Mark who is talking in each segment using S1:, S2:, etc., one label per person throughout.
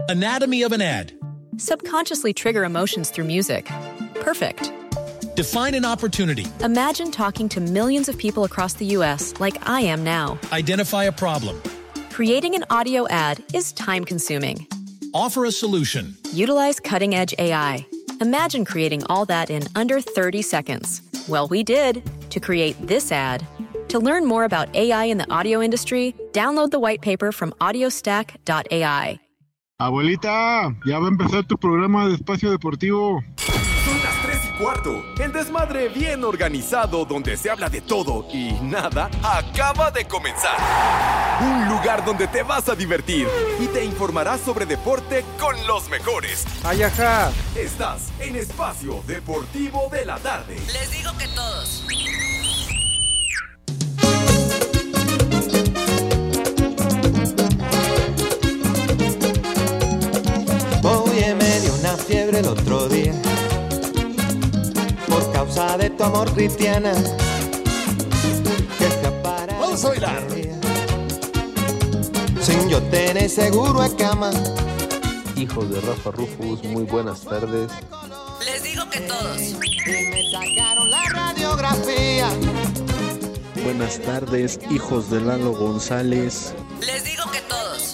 S1: Anatomy of an ad.
S2: Subconsciously trigger emotions through music. Perfect.
S1: Define an opportunity.
S2: Imagine talking to millions of people across the U.S. like I am now.
S1: Identify a problem.
S2: Creating an audio ad is time-consuming.
S1: Offer a solution.
S2: Utilize cutting-edge AI. Imagine creating all that in under 30 seconds. Well, we did to create this ad. To learn more about AI in the audio industry, download the white paper from audiostack.ai.
S3: Abuelita, ya va a empezar tu programa de Espacio Deportivo.
S4: Son las 3:15. El desmadre bien organizado donde se habla de todo y nada acaba de comenzar. Un lugar donde te vas a divertir y te informarás sobre deporte con los mejores.
S5: ¡Ay, ajá!
S4: Estás en Espacio Deportivo de la Tarde.
S6: Les digo que todos.
S7: Oye, me dio una fiebre el otro día por causa de tu amor, Cristiana.
S4: Vamos a bailar.
S7: Sin yo tener seguro de cama.
S8: Hijos de Rafa Rufus, muy buenas tardes.
S6: Les digo que todos.
S7: Y me sacaron la radiografía.
S8: Buenas tardes, hijos de Lalo González.
S6: Les digo que todos.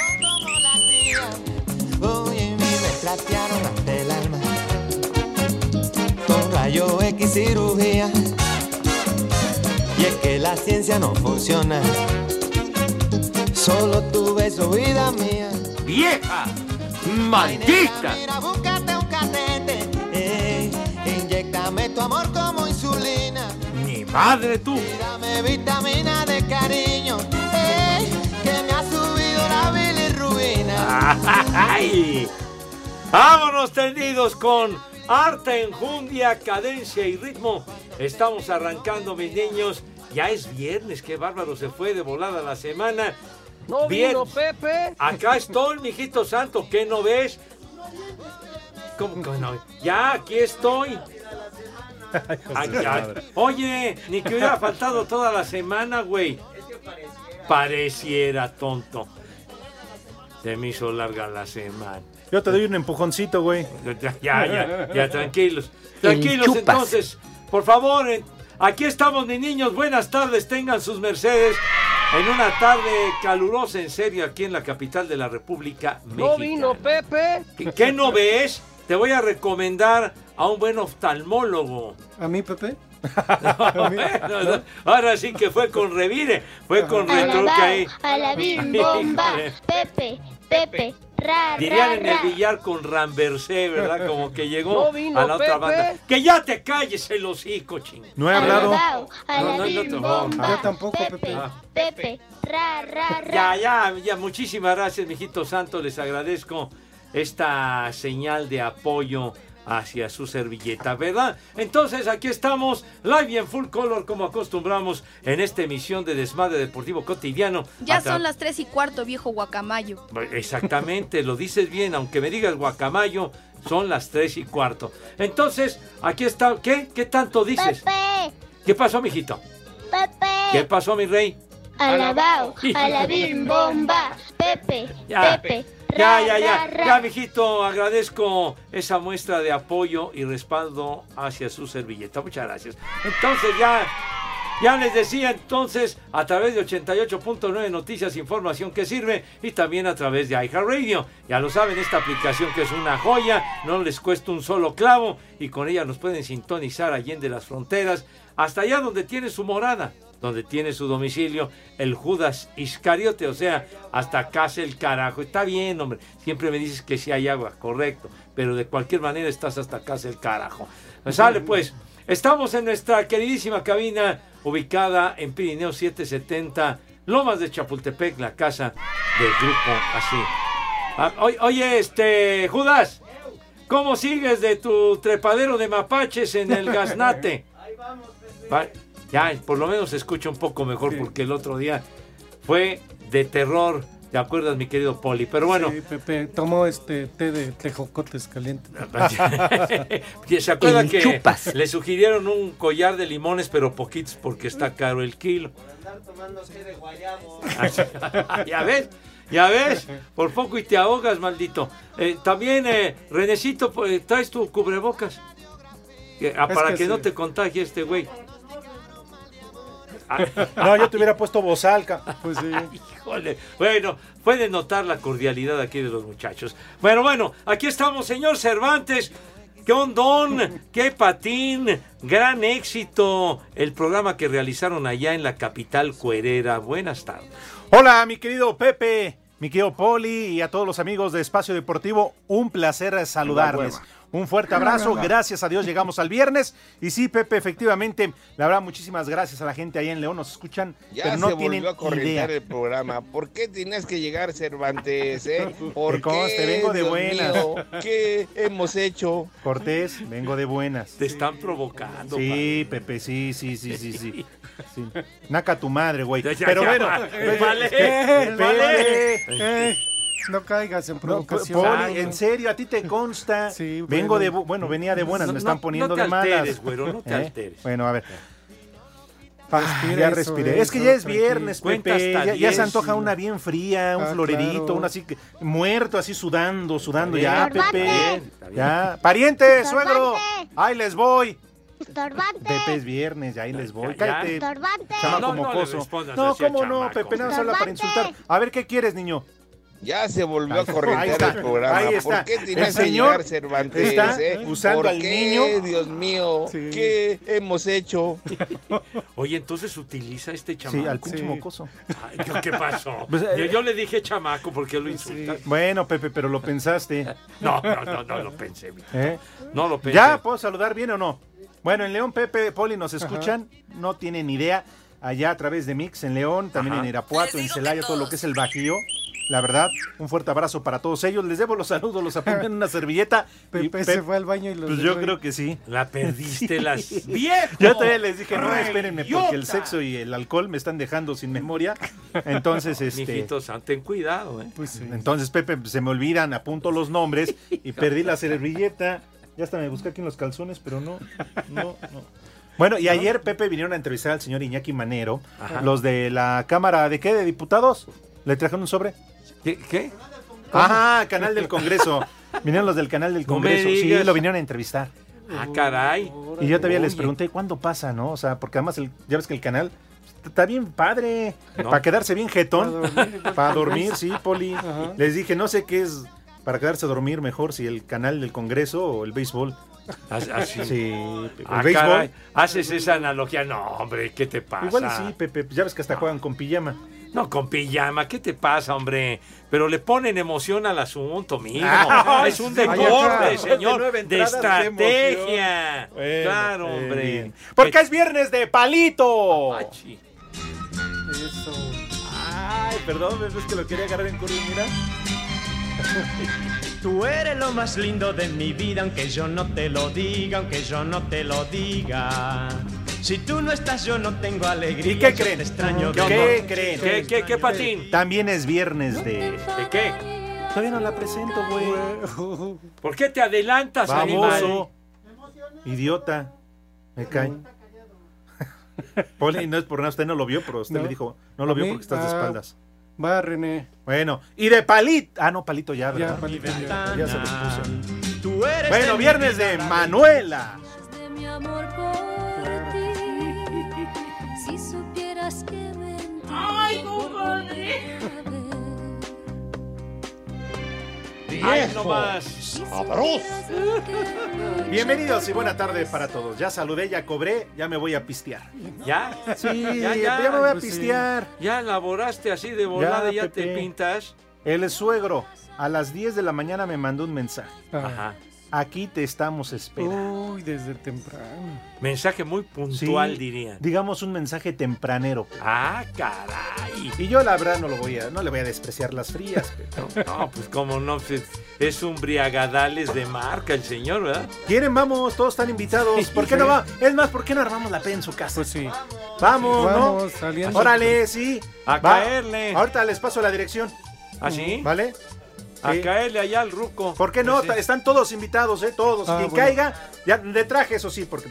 S7: Oye, me trastearon hasta el alma con rayo X cirugía. Y es que la ciencia no funciona. Solo tu beso, vida mía.
S5: ¡Vieja! ¡Maldita!
S7: Mira, búscate un catete. Inyéctame tu amor como insulina.
S5: ¡Mi madre tú!
S7: Y dame vitamina de cariño. Que me ha subido la bilirrubina.
S5: ¡Ay! ¡Vámonos tendidos con arte, enjundia, cadencia y ritmo! Estamos arrancando, mis niños. Ya es viernes, qué bárbaro, se fue de volada la semana.
S9: ¿No vino Pepe?
S5: Acá estoy, mijito santo, ¿qué no ves? ¿Cómo que no? Ya, aquí estoy. Ay, ya. Oye, ni que hubiera faltado toda la semana, güey. Pareciera, tonto. Se me hizo larga la semana.
S10: Yo te doy un empujoncito, güey.
S5: Ya, tranquilos. Tranquilos, entonces, por favor, aquí estamos, mis niños. Buenas tardes, tengan sus mercedes. En una tarde calurosa, en serio, aquí en la capital de la República Mexicana.
S9: ¿No vino Pepe?
S5: ¿Qué no ves? Te voy a recomendar a un buen oftalmólogo.
S10: ¿A mí, Pepe?
S5: No, ahora sí que fue con revire, fue con retruque ahí.
S11: A la bim bomba, Pepe, ra,
S5: dirían
S11: ra,
S5: en el billar con Ramversé, ¿verdad? Como que llegó
S9: ¿No
S5: a la otra
S9: Pepe?
S5: banda. ¡Que ya te calles el hocico, ching!
S10: No he hablado.
S11: a la bim bomba,
S10: Yo tampoco, Pepe.
S11: Pepe, ra, ra, ra.
S5: Ya, muchísimas gracias, mijito santo, les agradezco esta señal de apoyo hacia su servilleta, ¿verdad? Entonces, aquí estamos, live y en full color, como acostumbramos en esta emisión de Desmadre Deportivo Cotidiano.
S12: Ya son las 3:15, viejo guacamayo.
S5: Exactamente, lo dices bien, aunque me digas guacamayo, son las 3:15. Entonces, aquí está, ¿qué? ¿Qué tanto dices?
S11: Pepe,
S5: ¿Qué pasó, mijito?
S11: Pepe.
S5: ¿Qué pasó, mi rey?
S11: Alabao, a la bim bomba, Pepe,
S5: Ya.
S11: Pepe.
S5: Ya, mijito, agradezco esa muestra de apoyo y respaldo hacia su servilleta. Muchas gracias. Entonces, ya les decía, entonces, a través de 88.9 Noticias, información que sirve, y también a través de iHeartRadio. Ya lo saben, esta aplicación que es una joya, no les cuesta un solo clavo, y con ella nos pueden sintonizar allende las fronteras, hasta allá donde tiene su morada, donde tiene su domicilio el Judas Iscariote, o sea, hasta casa el carajo. Está bien, hombre, siempre me dices que sí hay agua, correcto, pero de cualquier manera estás hasta casa el carajo. Sale pues, estamos en nuestra queridísima cabina, ubicada en Pirineo 770, Lomas de Chapultepec, la casa del grupo así. Oye, Judas, ¿cómo sigues de tu trepadero de mapaches en el gaznate? Ahí vamos, ya, por lo menos se escucha un poco mejor, porque el otro día fue de terror. ¿Te acuerdas, mi querido Poli? Pero bueno.
S10: Sí, Pepe tomó té de tejocotes calientes.
S5: ¿Se acuerdan que chupas? Le sugirieron un collar de limones, pero poquitos porque está caro el kilo?
S13: Andar tomando té de guayabo.
S5: ¿Ya ves? Ya ves, por poco y te ahogas, maldito. También, Renecito, ¿traes tu cubrebocas? Para que no te contagie este güey.
S13: No, yo te hubiera puesto bozalca.
S10: Pues sí.
S5: Híjole. Bueno, puede notar la cordialidad aquí de los muchachos. Bueno, aquí estamos, señor Cervantes. ¡Qué hondón! ¡Qué patín! ¡Gran éxito! El programa que realizaron allá en la capital cuerera. Buenas tardes.
S13: Hola, mi querido Pepe, mi querido Poli y a todos los amigos de Espacio Deportivo. Un placer saludarles. Un fuerte abrazo, gracias a Dios llegamos al viernes. Y sí, Pepe, efectivamente, la verdad, muchísimas gracias a la gente ahí en León, nos escuchan, pero no tienen idea.
S14: Ya se volvió a corrientar el programa. ¿Por qué tienes que llegar, Cervantes? ¿Por
S13: qué? Vengo de buenas.
S14: Mío, ¿qué hemos hecho?
S13: Cortés, vengo de buenas.
S5: Te están provocando.
S13: Sí, padre. Pepe, sí. Sí. Naca tu madre, güey. Pero bueno.
S10: Vale. No caigas en provocación.
S13: Poli, en serio, a ti te consta.
S10: Sí,
S13: vengo venía de buenas, me están poniendo de malas.
S5: No te alteres, güero, no te alteres.
S13: Bueno, a ver. Ya respiré. Es que ya es viernes, Pepe. Ya se antoja una bien fría, un florerito, una así que muerto, así sudando, ya, Pepe. Ya. Pariente, suegro. Ahí les voy.
S11: Estorbante.
S13: Pepe, es viernes, ya ahí les voy. Cállate.
S11: Estorbante.
S13: Chamaco mocoso. No, ¿cómo no, Pepe? Nada más habla para insultar. A ver, ¿qué quieres, niño?
S14: Ya se volvió a corrientar el programa.
S13: Ahí está.
S14: ¿Por qué tienes que llegar, Cervantes?
S13: Está usando al niño.
S14: Dios mío, ¿qué hemos hecho?
S5: Oye, entonces utiliza este chamaco.
S13: Sí, al pinche mocoso.
S5: Ay, ¿qué pasó? Pues, yo le dije chamaco, ¿por qué lo insultas?
S13: Bueno, Pepe, pero lo pensaste.
S5: No lo pensé. No lo pensé.
S13: ¿Ya puedo saludar bien o no? Bueno, en León, Pepe, Poli, nos escuchan. No tienen idea. Allá a través de Mix en León, también en Irapuato, en Celaya, todo lo que es el Bajío. La verdad, un fuerte abrazo para todos ellos. Les debo los saludos, los apunté en una servilleta.
S10: Pepe se fue al baño y los...
S13: Pues yo creo que sí.
S5: La perdiste, las viejas.
S13: Yo todavía les dije, no, espérenme, porque el sexo y el alcohol me están dejando sin memoria. Entonces,
S5: Mijitos, ten cuidado,
S13: Pues sí. Entonces, Pepe, se me olvidan, apunto los nombres y perdí la servilleta. Ya hasta me busqué aquí en los calzones, pero no. Bueno, y ayer, Pepe, vinieron a entrevistar al señor Iñaki Manero, los de la Cámara, ¿de qué? ¿De Diputados? ¿Le trajeron un sobre?
S5: ¿Qué?
S13: Ajá, Canal del Congreso. Vinieron los del Canal del Congreso. Sí, lo vinieron a entrevistar.
S5: Ah, caray.
S13: Y yo todavía les pregunté, ¿cuándo pasa, no? O sea, porque además ya ves que el canal está bien padre. Para quedarse bien jetón. Para dormir, sí, Poli. Ajá. Les dije, no sé qué es para quedarse a dormir mejor, si el Canal del Congreso o el béisbol.
S5: Así.
S13: Sí,
S5: el béisbol. Caray, haces esa analogía. No, hombre, ¿qué te pasa?
S13: Igual sí, Pepe. Ya ves que hasta juegan con pijama.
S5: No, con pijama, ¿qué te pasa, hombre? Pero le ponen emoción al asunto, mijo. Es un deporte, señor, de estrategia.
S13: Bueno,
S5: claro, hombre.
S13: Porque es viernes de palito.
S5: Eso.
S13: Ay, perdón, es que lo quería agarrar en curva, mira.
S15: Tú eres lo más lindo de mi vida, aunque yo no te lo diga, Si tú no estás, yo no tengo alegría.
S13: ¿Y qué creen?
S15: Te extraño.
S13: ¿Qué creen?
S5: ¿Qué patín?
S13: También es viernes de...
S5: ¿De qué?
S13: Todavía no la presento, güey.
S5: ¿Por qué te adelantas,
S13: baboso, idiota? Me cae. Poli, no es por nada, usted no lo vio, pero usted le dijo, no lo vio porque estás de espaldas.
S10: Va, René.
S13: Bueno, y de palito. Ah, no, palito ya, ¿verdad?
S10: Ya, palito
S13: ya se los puse. Bueno, viernes de Manuela.
S16: Mi amor por ti, si supieras que mentí. ¡Ay, compadre!
S5: ¡Ay, no más!
S13: ¡Sabroso! Bienvenidos y buena tarde para todos. Ya saludé, ya cobré, ya me voy a pistear.
S5: ¿Ya?
S13: Sí, ya me voy a pistear.
S5: Ya elaboraste así de volada, ya te pintas.
S13: El suegro a las 10 de la mañana me mandó un mensaje.
S5: Ajá.
S13: Aquí te estamos esperando.
S10: Uy, desde temprano.
S5: Mensaje muy puntual, diría.
S13: Digamos un mensaje tempranero.
S5: Ah, caray.
S13: Y yo la verdad no le voy a despreciar las frías.
S5: Pero... No, pues como no, es un briagadales de marca el señor, ¿verdad?
S13: ¿Quieren? Vamos, todos están invitados. ¿Por qué no va? Es más, ¿por qué no armamos la peda en su casa?
S10: Pues sí.
S13: Vamos, ¿no?
S10: Saliendo.
S13: Órale, sí.
S5: A caerle.
S13: Ahorita les paso la dirección.
S5: ¿Ah, sí?
S13: ¿Vale?
S5: A caerle allá al ruco.
S13: ¿Por qué no?
S5: Pues sí.
S13: Están todos invitados, todos. Quien caiga, ya de traje, eso sí, porque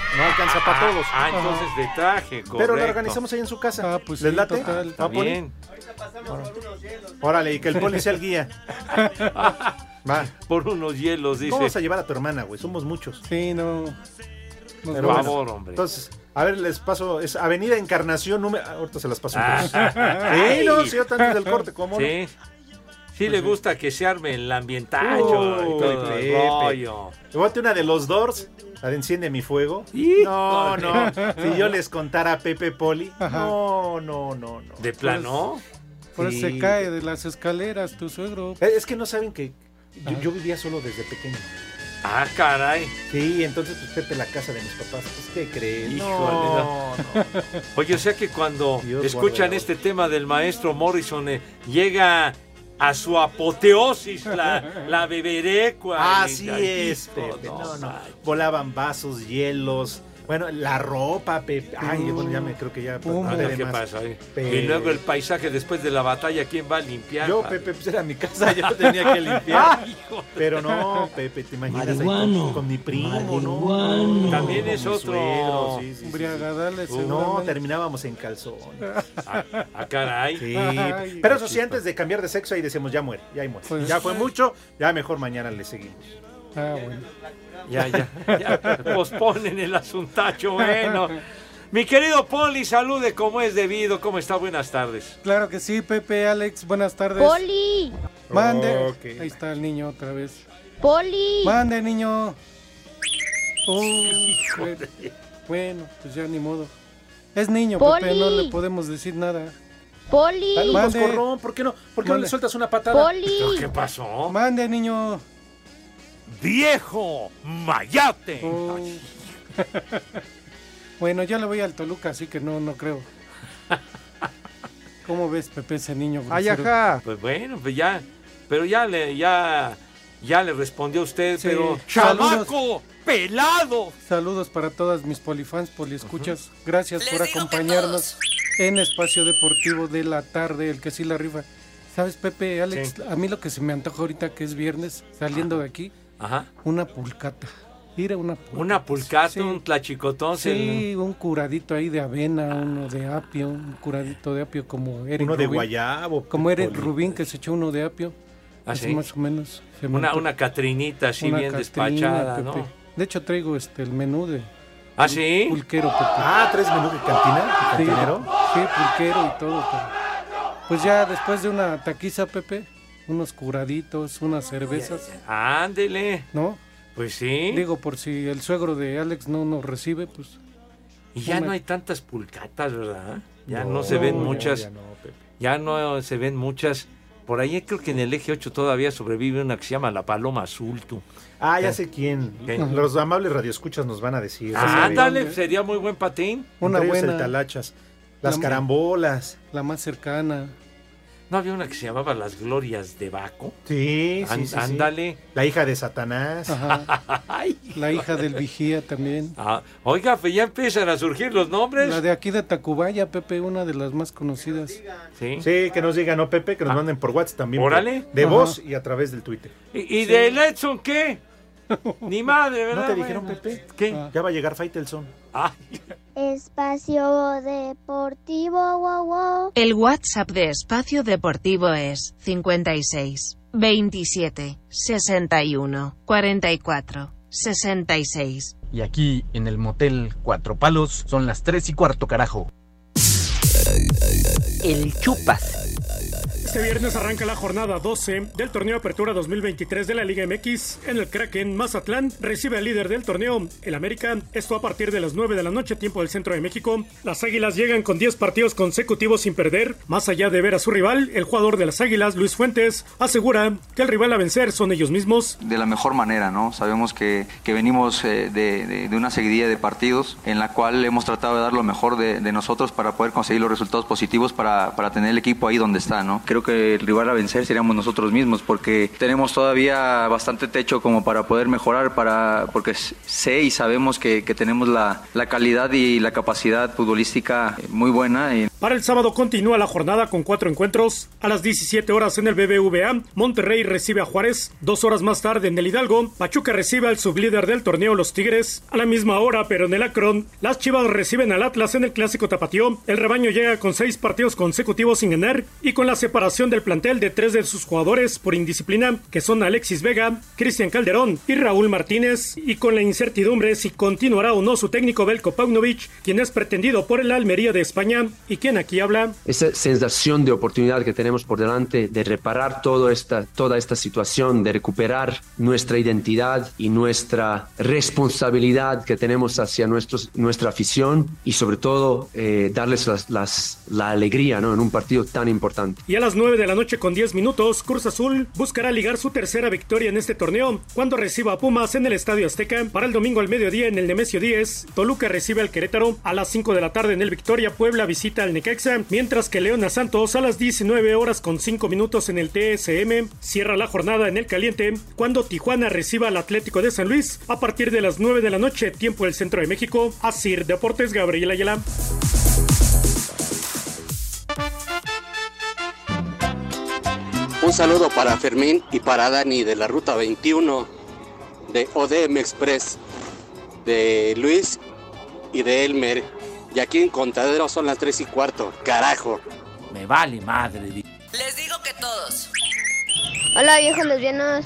S13: No alcanza para todos.
S5: Entonces de traje, correcto.
S13: Pero lo organizamos ahí en su casa.
S10: Pues
S13: ¿Les
S10: sí,
S13: late?
S10: total.
S5: Está bien.
S13: Órale, y que el Poli sea el guía. Va.
S5: Por unos hielos, dice.
S13: Vamos a llevar a tu hermana, güey. Somos muchos.
S10: Sí, no.
S5: Por favor, hombre.
S13: Entonces, a ver, les paso. Es Avenida Encarnación número. Ahorita se las paso. Sí, no, sí, yo tanto del corte, ¿cómo?
S5: Sí. Sí le gusta que se arme el ambientacho y todo el rollo.
S13: Llévate una de los Doors, la de Enciende mi fuego. No. Si yo les contara a Pepe Poli. No.
S5: ¿De plano?
S10: Por eso se cae de las escaleras tu suegro.
S13: Es que no saben que yo vivía solo desde pequeño.
S5: Ah, caray.
S13: Sí, entonces pues Pepe, la casa de mis papás. Pues, ¿qué crees?
S5: Híjole,
S13: No.
S5: Oye, o sea que cuando
S13: Dios
S5: escuchan
S13: guarde.
S5: este tema del maestro Morrison, llega a su apoteosis la beberecua.
S13: Así es, Pepe. No. Volaban vasos, hielos. Bueno, la ropa, Pepe. Ay, bueno, ya creo que ya.
S5: ¿Qué pasa? Y luego el paisaje después de la batalla, ¿quién va a limpiar?
S13: Yo, Pepe, pues era mi casa, yo tenía que limpiar. Pero no, Pepe, te imaginas ahí con mi primo, ¿no?
S5: También es otro.
S13: Suegro, sí.
S10: Embriagadales,
S13: No, terminábamos en calzón.
S5: Caray.
S13: Sí. Pero eso sí, antes de cambiar de sexo, ahí decíamos, ya muere, ya ahí muere.
S10: Pues,
S13: ya fue mucho, ya mejor mañana le seguimos.
S10: Bueno.
S5: Ya posponen el asuntacho, bueno. Mi querido Poli, salude como es debido. ¿Cómo está? Buenas tardes.
S10: Claro que sí, Pepe, Alex, buenas tardes.
S11: Poli.
S10: Mande.
S13: Okay.
S10: Ahí está el niño otra vez.
S11: Poli.
S10: Mande, niño. Bueno, pues ya ni modo. Es niño,
S11: Poli.
S10: Pepe, no le podemos decir nada.
S11: Poli.
S13: Dale un
S10: Mande.
S13: coscorrón, ¿por qué no? ¿Por qué no
S10: Mande.
S13: le sueltas una patada?
S11: Poli.
S5: ¿Pero qué pasó?
S10: Mande, niño.
S5: ¡Viejo mayate!
S10: Bueno, ya le voy al Toluca, así que no creo. ¿Cómo ves, Pepe, ese niño grosero?
S5: Pues bueno, pues ya. Pero ya le respondió usted,
S10: Sí.
S5: pero...
S10: Saludos.
S5: ¡Chamaco pelado!
S10: Saludos para todas mis polifans, poliescuchas. Gracias
S6: Les
S10: por
S6: digo
S10: acompañarnos en Espacio Deportivo de la tarde, el que sí la rifa. ¿Sabes, Pepe, Alex?
S5: Sí.
S10: A mí lo que se me antoja ahorita, que es viernes, saliendo de aquí, una pulcata. Ir a una pulcata.
S5: Una pulcata,
S10: Sí.
S5: un tlachicotón.
S10: Sí, un curadito ahí de avena, uno de apio, un curadito de apio como Eric
S13: Uno de
S10: Rubin.
S13: guayabo.
S10: Como Eric
S13: Poli.
S10: Rubin, que se echó uno de apio.
S5: ¿Ah,
S10: Así
S5: sí?
S10: más o menos. Se me
S5: Una
S10: antoja.
S5: catrinita así
S10: Una
S5: bien
S10: Catrina,
S5: despachada,
S10: Pepe.
S5: ¿no?
S10: De hecho, traigo el menú de
S5: ¿Ah, sí?
S10: pulquero, Pepe.
S13: ¿Tres menú de cantina?
S10: Sí,
S13: ¿Cantinero?
S10: sí, pulquero y todo. Pero pues ya después de una taquiza, Pepe, unos curaditos, unas cervezas,
S5: Ándele.
S10: ¿no?
S5: Pues sí.
S10: Digo, por si el suegro de Alex no nos recibe, pues...
S5: Y ya
S10: Una-
S5: no hay tantas pulcatas, ¿verdad? Ya
S13: No,
S5: no se ven
S10: ya,
S5: muchas.
S13: Ya no, Pepe.
S5: Ya no se ven muchas. Por ahí creo que en el eje 8 todavía sobrevive una que se llama la Paloma Azul, tú.
S13: Ya sé quién.
S5: ¿Qué?
S13: Los amables radioescuchas nos van a decir.
S5: Ándale, sería muy buen patín.
S10: Una
S13: Entre ellos
S10: buena,
S13: el talachas. Las
S10: La-
S13: carambolas.
S10: la más cercana.
S5: ¿No había una que se llamaba Las Glorias de Baco?
S13: Sí.
S5: Ándale.
S13: La hija de Satanás.
S10: Ajá.
S5: Ay,
S10: La hija del vigía también.
S5: oiga, pues ya empiezan a surgir los nombres.
S10: La de aquí de Tacubaya, Pepe, una de las más conocidas.
S5: Sí.
S13: Sí, que nos digan, ¿no, Pepe? Que nos manden por WhatsApp también.
S5: Órale.
S13: De
S10: Ajá.
S13: voz y a través del Twitter.
S5: ¿Y de Edson qué? Ni madre, ¿verdad?
S13: ¿No te dijeron,
S5: Bueno.
S13: Pepe?
S5: ¿Qué?
S13: Ya va a llegar Faitelson.
S5: Ay,
S11: Espacio Deportivo, wow.
S17: El WhatsApp de Espacio Deportivo es 56 27 61 44 66.
S18: Y aquí en el motel Cuatro Palos son las 3:15, carajo.
S19: El Chupas.
S20: Este viernes arranca la jornada 12 del torneo Apertura 2023 de la Liga MX. En el Kraken, Mazatlán recibe al líder del torneo, el América. Esto a partir de las 9 de la noche, tiempo del centro de México. Las Águilas llegan con 10 partidos consecutivos sin perder. Más allá de ver a su rival, el jugador de las Águilas, Luis Fuentes, asegura que el rival a vencer son ellos mismos.
S21: De la mejor manera, ¿no? Sabemos que venimos de una seguidilla de partidos en la cual hemos tratado de dar lo mejor de nosotros para poder conseguir los resultados positivos para tener el equipo ahí donde está, ¿no? Creo que el rival a vencer seríamos nosotros mismos porque tenemos todavía bastante techo como para poder mejorar, porque sé y sabemos que tenemos la calidad y la capacidad futbolística muy buena.
S20: Para el sábado continúa la jornada con 4 encuentros. A las 17 horas en el BBVA, Monterrey recibe a Juárez. 2 horas más tarde en el Hidalgo, Pachuca recibe al sublíder del torneo, los Tigres. A la misma hora, pero en el Akron, las Chivas reciben al Atlas en el Clásico Tapatío. El rebaño llega con 6 partidos consecutivos sin ganar y con la separación del plantel de 3 de sus jugadores por indisciplina, que son Alexis Vega, Cristian Calderón y Raúl Martínez, y con la incertidumbre si continuará o no su técnico Veljko Paunovic, quien es pretendido por el Almería de España. ¿Y quién aquí habla?
S8: Esa sensación de oportunidad que tenemos por delante de reparar toda esta situación, de recuperar nuestra identidad y nuestra responsabilidad que tenemos hacia nuestra afición y sobre todo darles la alegría, ¿no?, en un partido tan importante.
S20: Y a las 9 de la noche con 10 minutos, Cruz Azul buscará ligar su tercera victoria en este torneo cuando reciba a Pumas en el Estadio Azteca. Para el domingo al mediodía en el Nemesio 10, Toluca recibe al Querétaro. A las 5 de la tarde en el Victoria, Puebla visita al Necaxa, mientras que León a Santos a las 19 horas con 5 minutos en el TSM. Cierra la jornada en el Caliente cuando Tijuana reciba al Atlético de San Luis a partir de las 9 de la noche, tiempo del Centro de México. Asir Deportes, Gabriel Ayala.
S19: Un saludo para Fermín y para Dani de la Ruta 21 de ODM Express, de Luis y de Elmer. Y aquí en Contadero son las 3:15, carajo.
S5: Me vale madre.
S6: Les digo que todos.
S11: Hola, viejos lesbianos.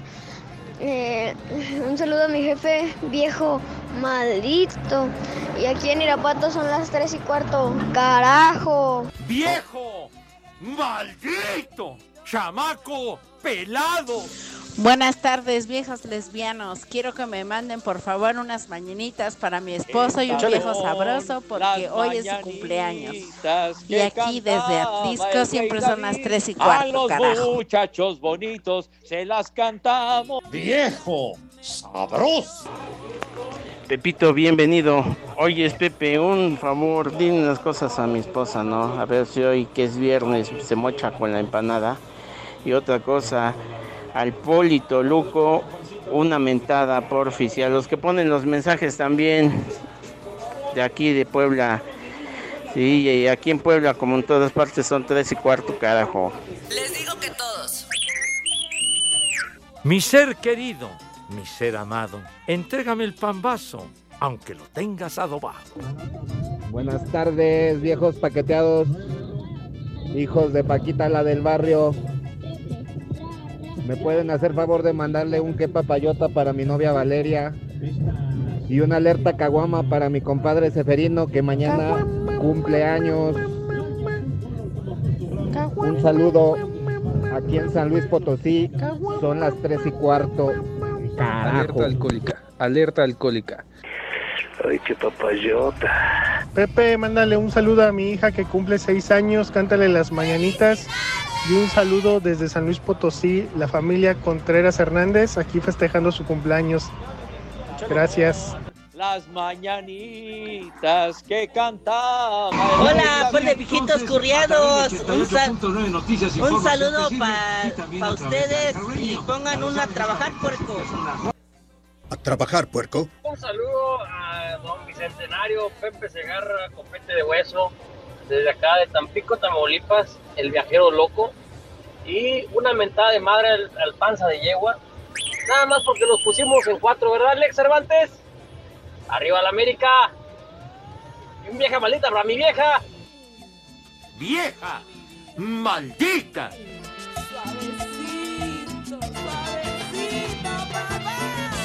S11: Un saludo a mi jefe, viejo maldito. Y aquí en Irapuato son las 3:15, carajo.
S5: ¡Viejo maldito! ¡Chamaco pelado!
S22: Buenas tardes, viejos lesbianos. Quiero que me manden por favor unas mañanitas para mi esposo y un viejo sabroso porque hoy es su cumpleaños. Y aquí desde Atlisco siempre son las 3:15,
S5: a los
S22: carajo.
S5: muchachos bonitos se las cantamos. ¡Viejo sabroso!
S23: Pepito, bienvenido. Oye, Pepe, un favor, dile unas cosas a mi esposa, ¿no? A ver si hoy, que es viernes, se mocha con la empanada. Y otra cosa, al Polito Luco, una mentada, porfis. Y a los que ponen los mensajes también, de aquí de Puebla. Sí, y aquí en Puebla, como en todas partes, son 3:15, carajo.
S6: Les digo que todos.
S5: Mi ser querido, mi ser amado, entrégame el pambazo, aunque lo tengas adobado.
S24: Buenas tardes, viejos paqueteados, hijos de Paquita, la del barrio. ¿Me pueden hacer favor de mandarle un que papayota para mi novia Valeria? Y una alerta caguama para mi compadre Seferino, que mañana cumple años. Un saludo aquí en San Luis Potosí, son las 3:15. Carajo.
S8: Alerta alcohólica, alerta alcohólica.
S24: Ay, qué papayota.
S25: Pepe, mándale un saludo a mi hija que cumple 6 años, cántale las mañanitas. Y un saludo desde San Luis Potosí, la familia Contreras Hernández, aquí festejando su cumpleaños. Gracias.
S26: Las mañanitas que cantamos.
S27: Hola, ponle viejitos curriados. Un saludo para ustedes y pongan uno a trabajar, puerco.
S28: ¿A trabajar, puerco?
S29: Un saludo a don Bicentenario Pepe Segarra, copete de hueso, desde acá de Tampico, Tamaulipas, el viajero loco. Y una mentada de madre al panza de yegua. Nada más porque los pusimos en 4, ¿verdad, Alex Cervantes? ¡Arriba la América! ¡Y un vieja maldita para mi vieja!
S5: ¡Vieja maldita!
S16: Suavecito, suavecito, papá.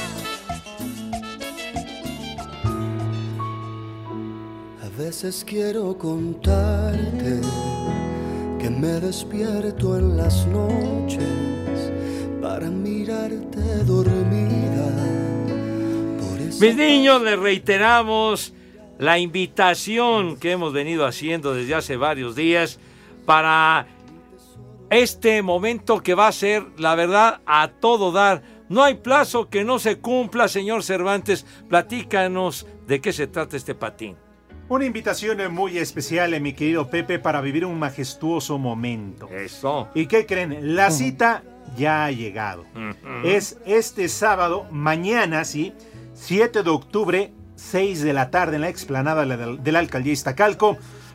S30: A veces quiero contarte que me despierto en las noches para mirarte dormida.
S5: Mis niños, les reiteramos la invitación que hemos venido haciendo desde hace varios días para este momento que va a ser, la verdad, a todo dar. No hay plazo que no se cumpla, señor Cervantes. Platícanos de qué se trata este patín.
S13: Una invitación muy especial, mi querido Pepe, para vivir un majestuoso momento.
S5: Eso.
S13: ¿Y qué creen? La cita ya ha llegado. Es este sábado, mañana, sí, 7 de octubre, 6 de la tarde, en la explanada de la Alcaldía Iztacalco,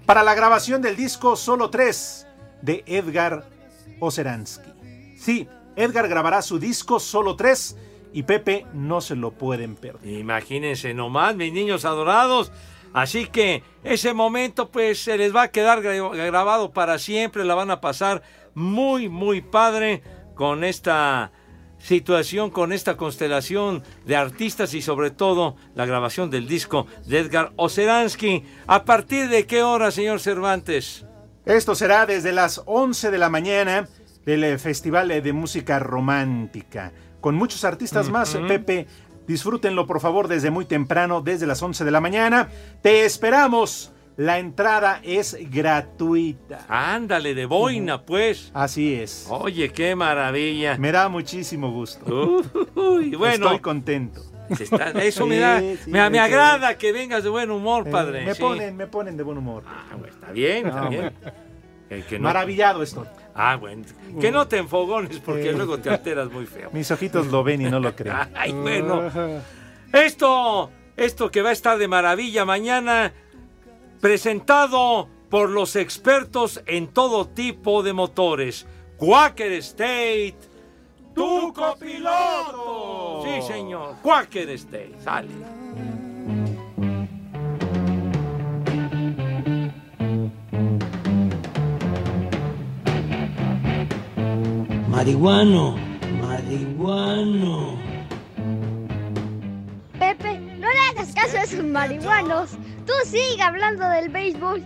S13: para la grabación del disco Solo 3 de Edgar Oceransky. Sí, Edgar grabará su disco Solo 3 y Pepe no se lo pueden perder.
S5: Imagínense nomás, mis niños adorados. Así que ese momento pues se les va a quedar grabado para siempre. La van a pasar muy, muy padre con esta situación, con esta constelación de artistas y sobre todo la grabación del disco de Edgar Oceransky. ¿A partir de qué hora, señor Cervantes?
S13: Esto será desde las 11 de la mañana del Festival de Música Romántica. Con muchos artistas más, Pepe. Disfrútenlo, por favor, desde muy temprano, desde las 11 de la mañana. Te esperamos. La entrada es gratuita.
S5: Ándale, de boina, pues.
S13: Así es.
S5: Oye, qué maravilla.
S13: Me da muchísimo gusto.
S5: Bueno.
S13: Estoy contento.
S5: Eso me da, me agrada que vengas de buen humor, padre.
S13: Me ponen de buen humor.
S5: Bueno, está bien, está bien.
S13: Que no... Maravillado estoy.
S5: Bueno, que no te enfogones porque luego te alteras muy feo.
S13: Mis ojitos lo ven y no lo creen.
S5: Ay, bueno. Esto que va a estar de maravilla mañana, presentado por los expertos en todo tipo de motores. Quaker State, tu copiloto. Sí, señor. Quaker State. Sale.
S1: Marihuano.
S11: Pepe, no le hagas caso a esos marihuanos. Tú sigue hablando del béisbol.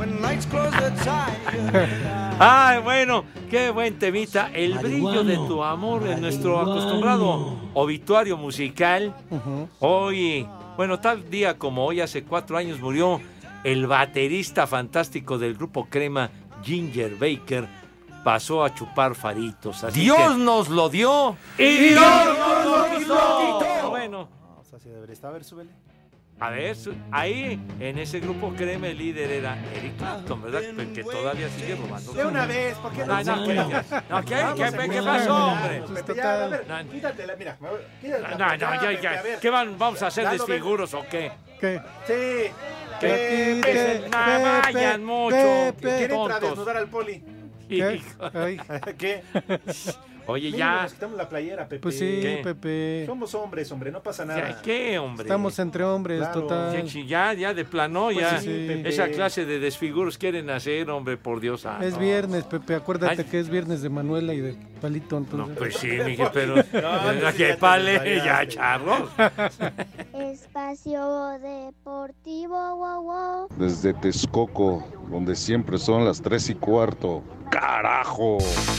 S5: Ay, bueno, qué buen temita. El brillo de tu amor en nuestro acostumbrado obituario musical. Hoy, bueno, tal día como hoy, hace 4 años, murió el baterista fantástico del grupo Crema, Ginger Baker. Pasó a chupar faritos.
S2: Dios nos lo dio
S5: y Dios nos lo quitó. Bueno.
S13: A ver, súbele.
S5: A ver, ahí en ese grupo Crema el líder era Eric Clapton, ¿verdad? Que todavía sigue robando.
S13: De una vez, ¿por qué no?
S5: ¿Qué pasó, hombre?
S13: Quítatela, mira.
S5: Ya. ¿Qué vamos a hacer, desfiguros o qué?
S13: ¿Qué? Sí.
S5: Que vayan mucho.
S13: ¿Quién entra a desnudar al poli? ¿Qué?
S5: Oye,
S13: mira,
S5: ya.
S13: Nos quitamos la playera, Pepe.
S2: Pues sí,
S5: ¿qué?
S2: Pepe.
S13: Somos hombres, hombre, no pasa nada.
S5: ¿Qué, hombre?
S2: Estamos entre hombres, claro. Total.
S5: Ya de plano, pues ya.
S2: Sí,
S5: esa clase de desfiguros quieren hacer, hombre, por Dios.
S2: Es viernes, Pepe, acuérdate que es viernes de Manuela y de Palito. Entonces.
S5: No, pues sí, Miguel, pero. ¿Qué pale? Ya, charros.
S11: Espacio Deportivo, wow.
S3: Desde Texcoco, donde siempre son las 3:15. ¡Carajo!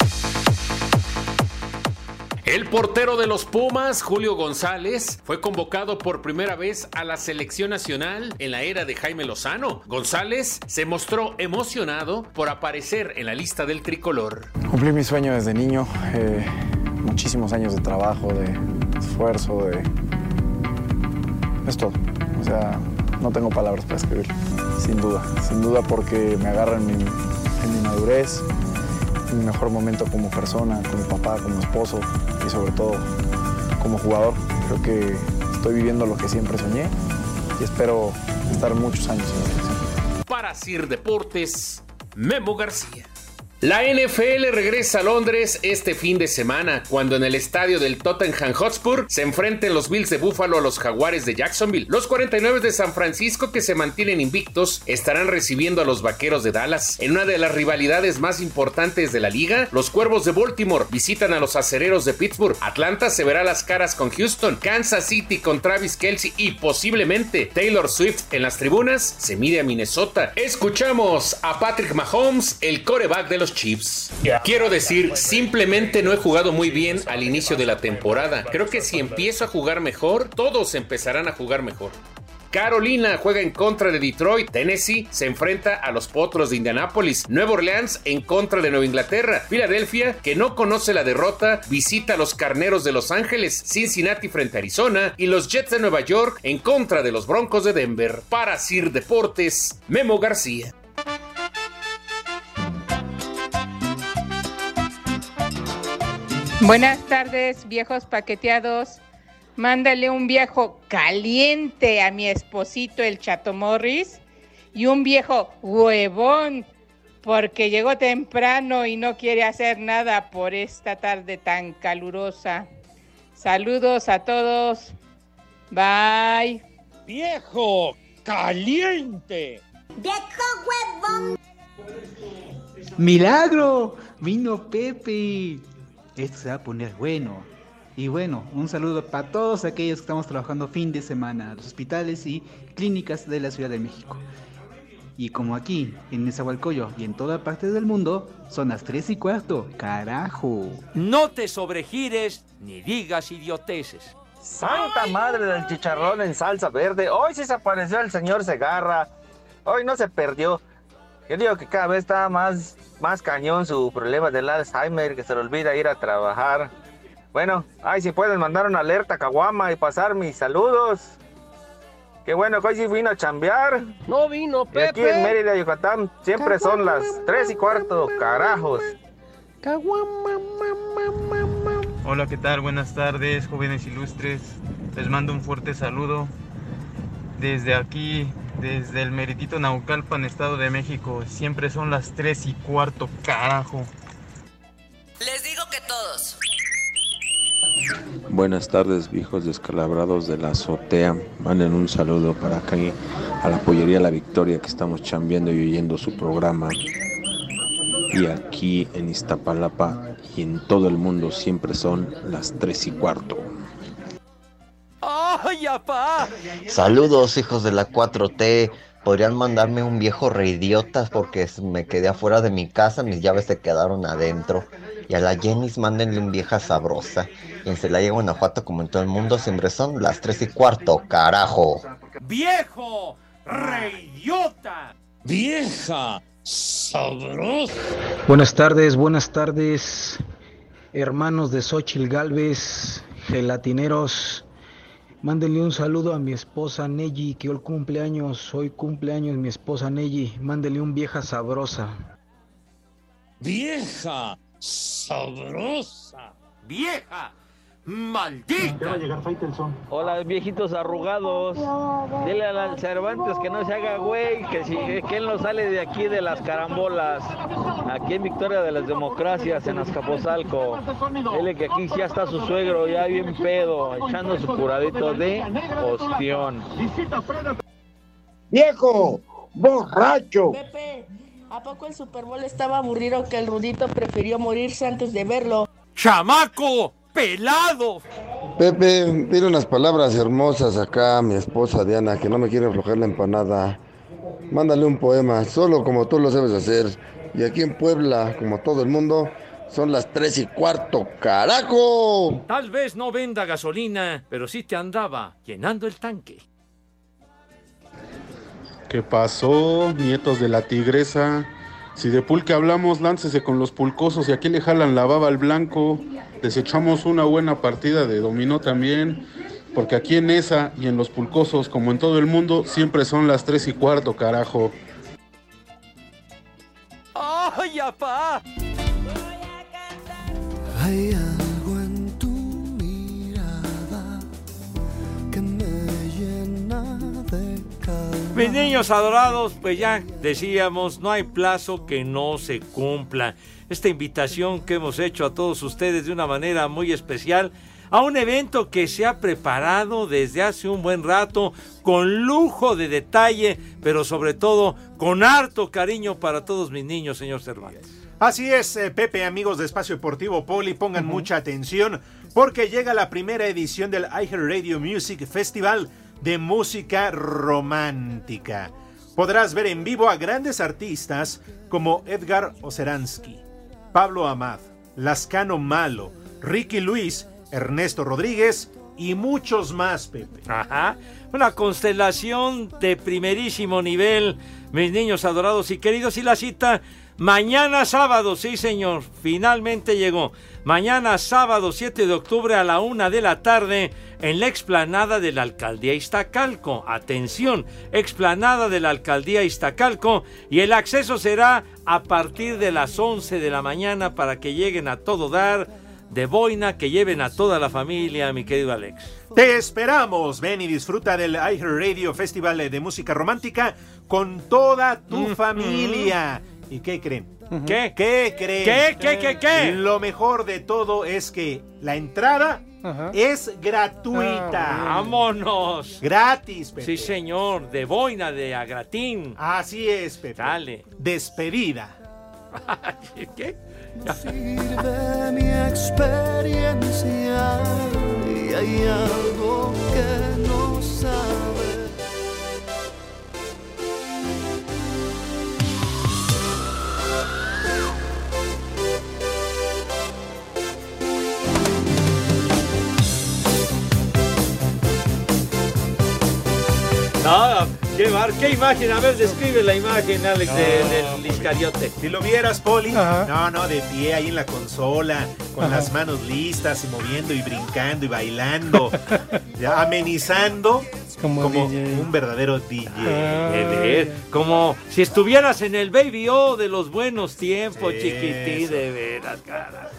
S4: El portero de los Pumas, Julio González, fue convocado por primera vez a la selección nacional en la era de Jaime Lozano. González se mostró emocionado por aparecer en la lista del tricolor.
S7: Cumplí mi sueño desde niño, muchísimos años de trabajo, de esfuerzo, es todo. O sea, no tengo palabras para escribir, sin duda porque me agarra en mi madurez, en mi mejor momento como persona, como papá, como esposo y sobre todo como jugador. Creo que estoy viviendo lo que siempre soñé y espero estar muchos años en la selección.
S4: Para Sir Deportes, Memo García. La NFL regresa a Londres este fin de semana, cuando en el estadio del Tottenham Hotspur se enfrenten los Bills de Buffalo a los Jaguares de Jacksonville. Los 49 de San Francisco, que se mantienen invictos, estarán recibiendo a los Vaqueros de Dallas. En una de las rivalidades más importantes de la liga, los Cuervos de Baltimore visitan a los Acereros de Pittsburgh. Atlanta se verá las caras con Houston. Kansas City con Travis Kelce y posiblemente Taylor Swift en las tribunas se mide a Minnesota. Escuchamos a Patrick Mahomes, el quarterback de los Chiefs. Quiero decir, simplemente no he jugado muy bien al inicio de la temporada. Creo que si empiezo a jugar mejor, todos empezarán a jugar mejor. Carolina juega en contra de Detroit. Tennessee se enfrenta a los Potros de Indianápolis. Nueva Orleans en contra de Nueva Inglaterra. Filadelfia, que no conoce la derrota, visita a los Carneros de Los Ángeles. Cincinnati frente a Arizona. Y los Jets de Nueva York en contra de los Broncos de Denver. Para Sir Deportes, Memo García.
S9: Buenas tardes, viejos paqueteados. Mándale un viejo caliente a mi esposito, el Chato Morris, y un viejo huevón porque llegó temprano y no quiere hacer nada por esta tarde tan calurosa. Saludos a todos. Bye.
S26: ¡Viejo caliente!
S16: ¡Viejo huevón!
S1: ¡Milagro! ¡Vino Pepe! Esto se va a poner bueno. Y bueno, un saludo para todos aquellos que estamos trabajando fin de semana, los hospitales y clínicas de la Ciudad de México. Y como aquí, en Nezahualcóyotl y en toda parte del mundo, son las 3:15, ¡carajo!
S5: No te sobregires ni digas idioteces.
S10: Santa madre del chicharrón en salsa verde. Hoy sí se apareció el señor Segarra. Hoy no se perdió. Yo digo que cada vez está más cañón su problema del Alzheimer, que se le olvida ir a trabajar. Bueno, ay, si pueden mandar una alerta a Caguama y pasar mis saludos. Qué bueno que hoy sí vino a chambear.
S29: No vino, Pepe.
S10: Y aquí en Mérida, Yucatán, siempre son las 3:15, carajos.
S12: Hola, ¿qué tal? Buenas tardes, jóvenes ilustres. Les mando un fuerte saludo desde aquí, desde el meritito Naucalpan, Estado de México. Siempre son las 3:15, carajo.
S6: Les digo que todos.
S14: Buenas tardes, viejos descalabrados de la azotea. Manden un saludo para acá a la pollería La Victoria, que estamos chambeando y oyendo su programa. Y aquí en Iztapalapa y en todo el mundo siempre son las 3:15.
S5: ¡Ay, apá!
S15: Saludos, hijos de la 4T. ¿Podrían mandarme un viejo reidiotas porque me quedé afuera de mi casa? Mis llaves se quedaron adentro. Y a la Jenis mándenle un vieja sabrosa. Y en Celaya, Guanajuato, como en todo el mundo, siempre son las 3:15, carajo.
S5: ¡Viejo reidiota!
S26: ¡Vieja sabrosa!
S2: Buenas tardes, hermanos de Xóchitl Gálvez, gelatineros. Mándenle un saludo a mi esposa Nelly, que hoy cumpleaños. Hoy cumpleaños mi esposa Nelly. Mándenle un vieja sabrosa.
S26: ¡Vieja sabrosa!
S5: ¡Vieja maldita!
S26: Hola, viejitos arrugados. Dile al Cervantes que no se haga güey, que él no sale de aquí de las carambolas. Aquí en Victoria de las Democracias, en Azcapotzalco. Dile que aquí ya está su suegro, ya bien pedo, echando su curadito de ostión.
S17: ¡Viejo borracho!
S22: Pepe, ¿a poco el Super Bowl estaba aburrido que el Rudito prefirió morirse antes de verlo?
S5: ¡Chamaco! ¡Pelado!
S18: Pepe, dile unas palabras hermosas acá a mi esposa Diana, que no me quiere aflojar la empanada. Mándale un poema, solo como tú lo sabes hacer. Y aquí en Puebla, como todo el mundo, son las 3:15, ¡carajo!
S5: Tal vez no venda gasolina, pero sí te andaba llenando el tanque.
S3: ¿Qué pasó, nietos de la tigresa? Si de pulque hablamos, láncese con los pulcosos y aquí le jalan la baba al blanco. Desechamos una buena partida de dominó también, porque aquí en esa y en los pulcosos, como en todo el mundo, siempre son las 3:15, carajo.
S5: ¡Ay, apá!
S30: Hay algo en tu mirada que me llena de calma.
S5: Mis niños adorados, pues ya decíamos, no hay plazo que no se cumpla. Esta invitación que hemos hecho a todos ustedes de una manera muy especial a un evento que se ha preparado desde hace un buen rato, con lujo de detalle, pero sobre todo con harto cariño para todos mis niños, señor Cervantes.
S13: Así es, Pepe, amigos de Espacio Deportivo Poli, pongan mucha atención, porque llega la primera edición del iHeartRadio Music Festival de música romántica. Podrás ver en vivo a grandes artistas como Edgar Oceransky, Pablo Amad, Lascano Malo, Ricky Luis, Ernesto Rodríguez y muchos más, Pepe.
S5: Ajá, una constelación de primerísimo nivel, mis niños adorados y queridos. Y la cita mañana sábado, sí señor, finalmente llegó. Mañana sábado 7 de octubre a la 1 de la tarde en la explanada de la Alcaldía Iztacalco. Atención, explanada de la Alcaldía Iztacalco, y el acceso será a partir de las 11 de la mañana para que lleguen a todo dar. de boina que lleven a toda la familia, mi querido Alex.
S13: Te esperamos. Ven y disfruta del iHeartRadio Festival de Música Romántica con toda tu familia. ¿Y qué creen?
S5: ¿Qué?
S13: ¿Qué creen?
S5: ¿Qué?
S13: Lo mejor de todo es que la entrada es gratuita.
S5: ¡Vámonos!
S13: Gratis, Pepe.
S5: Sí, señor. De boina, de agratín.
S13: Así es, Pepe.
S5: Dale.
S13: Despedida.
S5: ¿Qué?
S30: Sirve mi experiencia y hay algo que no sabe.
S5: No, qué imagen, a ver, describe la imagen, Alex, del Iscariote.
S13: Si lo vieras, Poli, no, de pie ahí en la consola, con las manos listas y moviendo y brincando y bailando, ya, amenizando como un verdadero DJ.
S5: Como si estuvieras en el Baby O de los buenos tiempos, chiquitín, de veras, cara.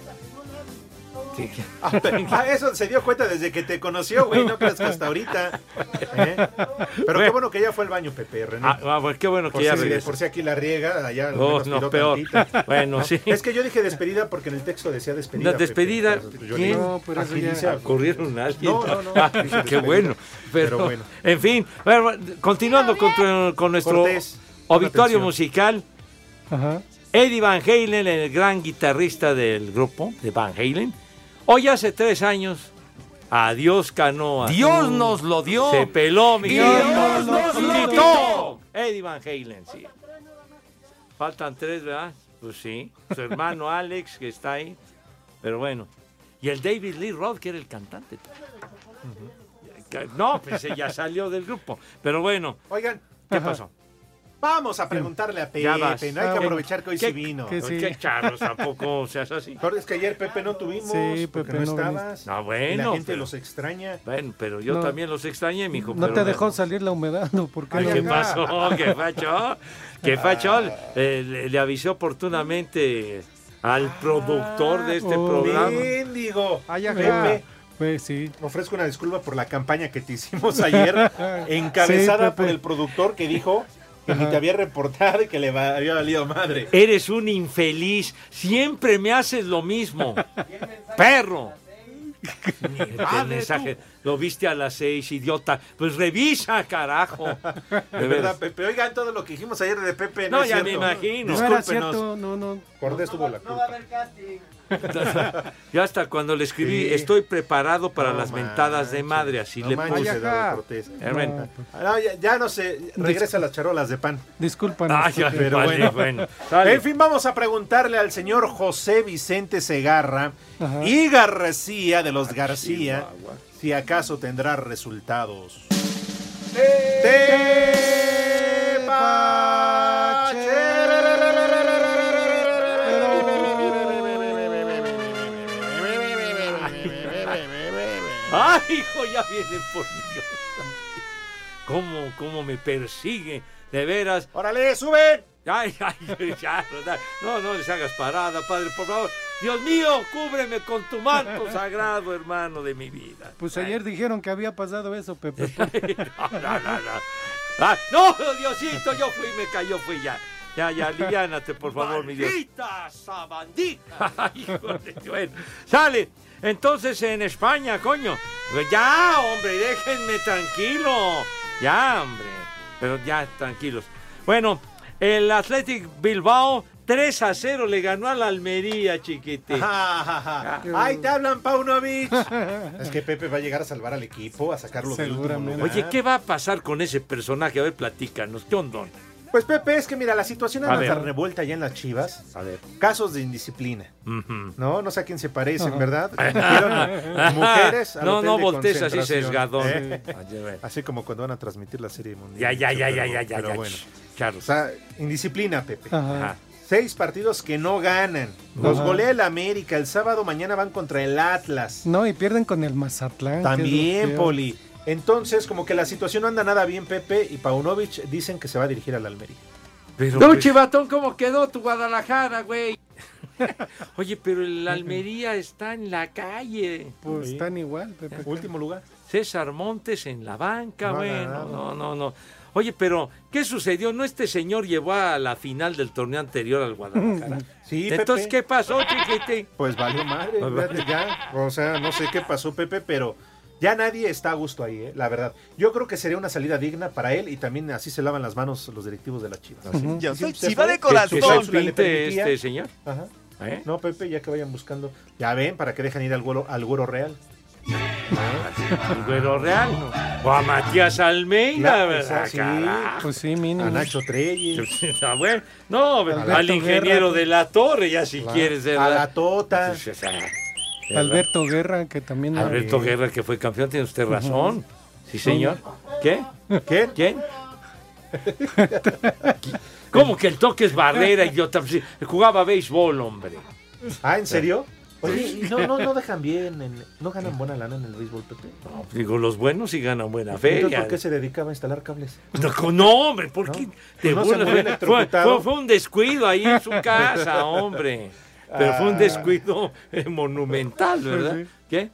S13: Eso se dio cuenta desde que te conoció, güey, no creas que hasta ahorita. Pero qué bueno que ya fue al baño, Pepe, René.
S5: Pues qué bueno que
S13: por
S5: ya
S13: regresó. Por si aquí la riega, allá
S5: no, peor. Bueno, sí.
S13: Es que yo dije despedida porque en el texto decía despedida.
S5: La despedida,
S13: Pepe.
S5: ¿quién?
S13: No, pero
S5: aquí dice ocurrieron a alguien.
S13: No.
S5: Qué bueno. Pero bueno. En fin, bueno, continuando con nuestro obituario musical. Eddie Van Halen, el gran guitarrista del grupo de Van Halen. Hoy hace 3 años, adiós canoa.
S8: Dios nos lo dio.
S5: Se peló, mi
S8: Dios nos lo quitó.
S5: Eddie Van Halen, sí. Faltan 3, ¿verdad? Pues sí. Su hermano Alex, que está ahí. Pero bueno. Y el David Lee Roth, que era el cantante. No, pues ya salió del grupo. Pero bueno.
S13: Oigan.
S5: ¿Qué pasó?
S13: Vamos a preguntarle a Pepe, no hay que aprovechar que hoy sí vino.
S5: ¿Qué charros? Tampoco seas así.
S13: Pero es que ayer Pepe no tuvimos, porque no estabas.
S5: No, bueno.
S13: Y la gente los extraña.
S5: Bueno, pero yo también los extrañé, mijo.
S11: No te dejó salir la humedad, ¿no? ¿Por qué no?
S5: ¿Qué pasó? ¿Qué fachó? Le avisé oportunamente al productor de este programa.
S13: Mendigo.
S11: Pepe. Pues sí.
S13: Ofrezco una disculpa por la campaña que te hicimos ayer, encabezada por el productor que dijo que ni te había reportado y que le había valido madre.
S5: Eres un infeliz. Siempre me haces lo mismo. ¡Perro! El mensaje. Lo viste a las 6, idiota. Pues revisa, carajo.
S13: De verdad, Pepe. Oigan, todo lo que dijimos ayer de Pepe no es
S5: ya
S13: cierto.
S5: Me imagino.
S11: No era cierto, no.
S13: Cortés tuvo la culpa.
S29: No va a haber casting.
S5: Ya hasta cuando le escribí, estoy preparado para las mentadas de madre, así le puse.
S13: Ya no sé, regresa a las charolas de pan.
S11: Discúlpanos.
S13: Pero bueno. En fin, vamos a preguntarle al señor José Vicente Segarra y García de los García si acaso tendrá resultados.
S5: ¡Ay, hijo! Ya vienen por Dios. ¿Cómo me persigue? De veras.
S13: ¡Órale, suben!
S5: Ay, ya, no les hagas parada, padre, por favor. Dios mío, cúbreme con tu manto sagrado, hermano de mi vida.
S11: Pues ayer dijeron que había pasado eso, Pepe.
S5: No, Diosito, yo fui ya. Ya, aliviánate, por favor, mi Dios. ¡Maldita sabandija! Híjole, bueno, sale. Entonces en España, coño. Ya, hombre, déjenme tranquilo. Ya, hombre. Pero ya, tranquilos. Bueno, el Athletic Bilbao 3-0 le ganó a la Almería, chiquitín.
S13: ¡Ay, te hablan, Paunovic! Es que Pepe va a llegar a salvar al equipo, a sacarlo del último lugar.
S5: Oye, ¿qué va a pasar con ese personaje? A ver, platícanos. ¿Qué onda?
S13: Pues Pepe, es que mira, la situación anda tan revuelta ya en las Chivas. A ver. Casos de indisciplina. No sé a quién se parecen, ¿verdad? Mujeres al hotel
S5: no
S13: de
S5: voltees así
S13: concentración.
S5: sesgadón.
S13: Así como cuando van a transmitir la Serie Mundial.
S5: Ya.
S13: Pero bueno.
S5: Claro.
S13: O sea, indisciplina, Pepe. 6 partidos que no ganan. Los golea el América. El sábado mañana van contra el Atlas.
S11: No, y pierden con el Mazatlán.
S13: También, Poli. Entonces, como que la situación no anda nada bien, Pepe, y Paunovic dicen que se va a dirigir al Almería.
S5: Pero, chivatón, ¿cómo quedó tu Guadalajara, güey? Oye, pero el Almería está en la calle.
S11: Pues
S13: Sí.
S11: están igual, Pepe.
S13: Último lugar.
S5: César Montes en la banca,
S13: No ha
S5: bueno,
S13: ganado.
S5: no. Oye, pero, ¿qué sucedió? ¿No este señor llevó a la final del torneo anterior al Guadalajara?
S13: Sí,
S5: Entonces,
S13: Pepe.
S5: ¿qué pasó, chiquitín?
S13: Pues valió madre, fíjate, ya. O sea, no sé qué pasó, Pepe, pero ya nadie está a gusto ahí, la verdad. Yo creo que sería una salida digna para él y también así se lavan las manos los directivos de la Chivas.
S4: Yo soy
S13: ¿Usted
S4: chiva
S13: sabe?
S4: de corazón.
S13: Que su cláusula le
S5: ¿Pinte
S13: permitía-
S5: este señor?
S13: Ajá.
S5: ¿Eh?
S13: No, Pepe, ya que vayan buscando. Ya ven, para que dejen ir al güero real.
S5: El Güero Real. O a Matías Almeida,
S13: Claro,
S5: ¿verdad?
S13: sí.
S5: Carajo.
S11: Pues sí, mínimo.
S13: A Nacho Treyes.
S5: Ah, bueno. No,
S11: Alberto
S5: al ingeniero
S11: Guerra.
S5: de la Torre, ya si
S13: Claro.
S5: quieres.
S13: A la Tota.
S11: Alberto Guerra, que también...
S5: Alberto Guerra, que fue campeón, tiene usted razón. Sí, señor. ¿Qué?
S13: ¿Qué?
S5: ¿Quién? ¿Cómo que el toque es barrera, idiota? Sí, jugaba béisbol, hombre.
S13: Ah, ¿en serio? Oye, ¿y no dejan bien, no ganan buena lana en el béisbol, Pepe?
S5: No, digo, los buenos sí ganan buena
S13: Entonces,
S5: feria.
S13: ¿por qué se dedicaba a instalar cables?
S5: No, hombre, ¿por qué? Te
S13: ¿No se
S5: burlas?
S13: murió electrocutado?
S5: Fue un descuido ahí en su casa, hombre. Pero fue un descuido monumental, ¿verdad?
S11: Pues sí.
S5: ¿Qué?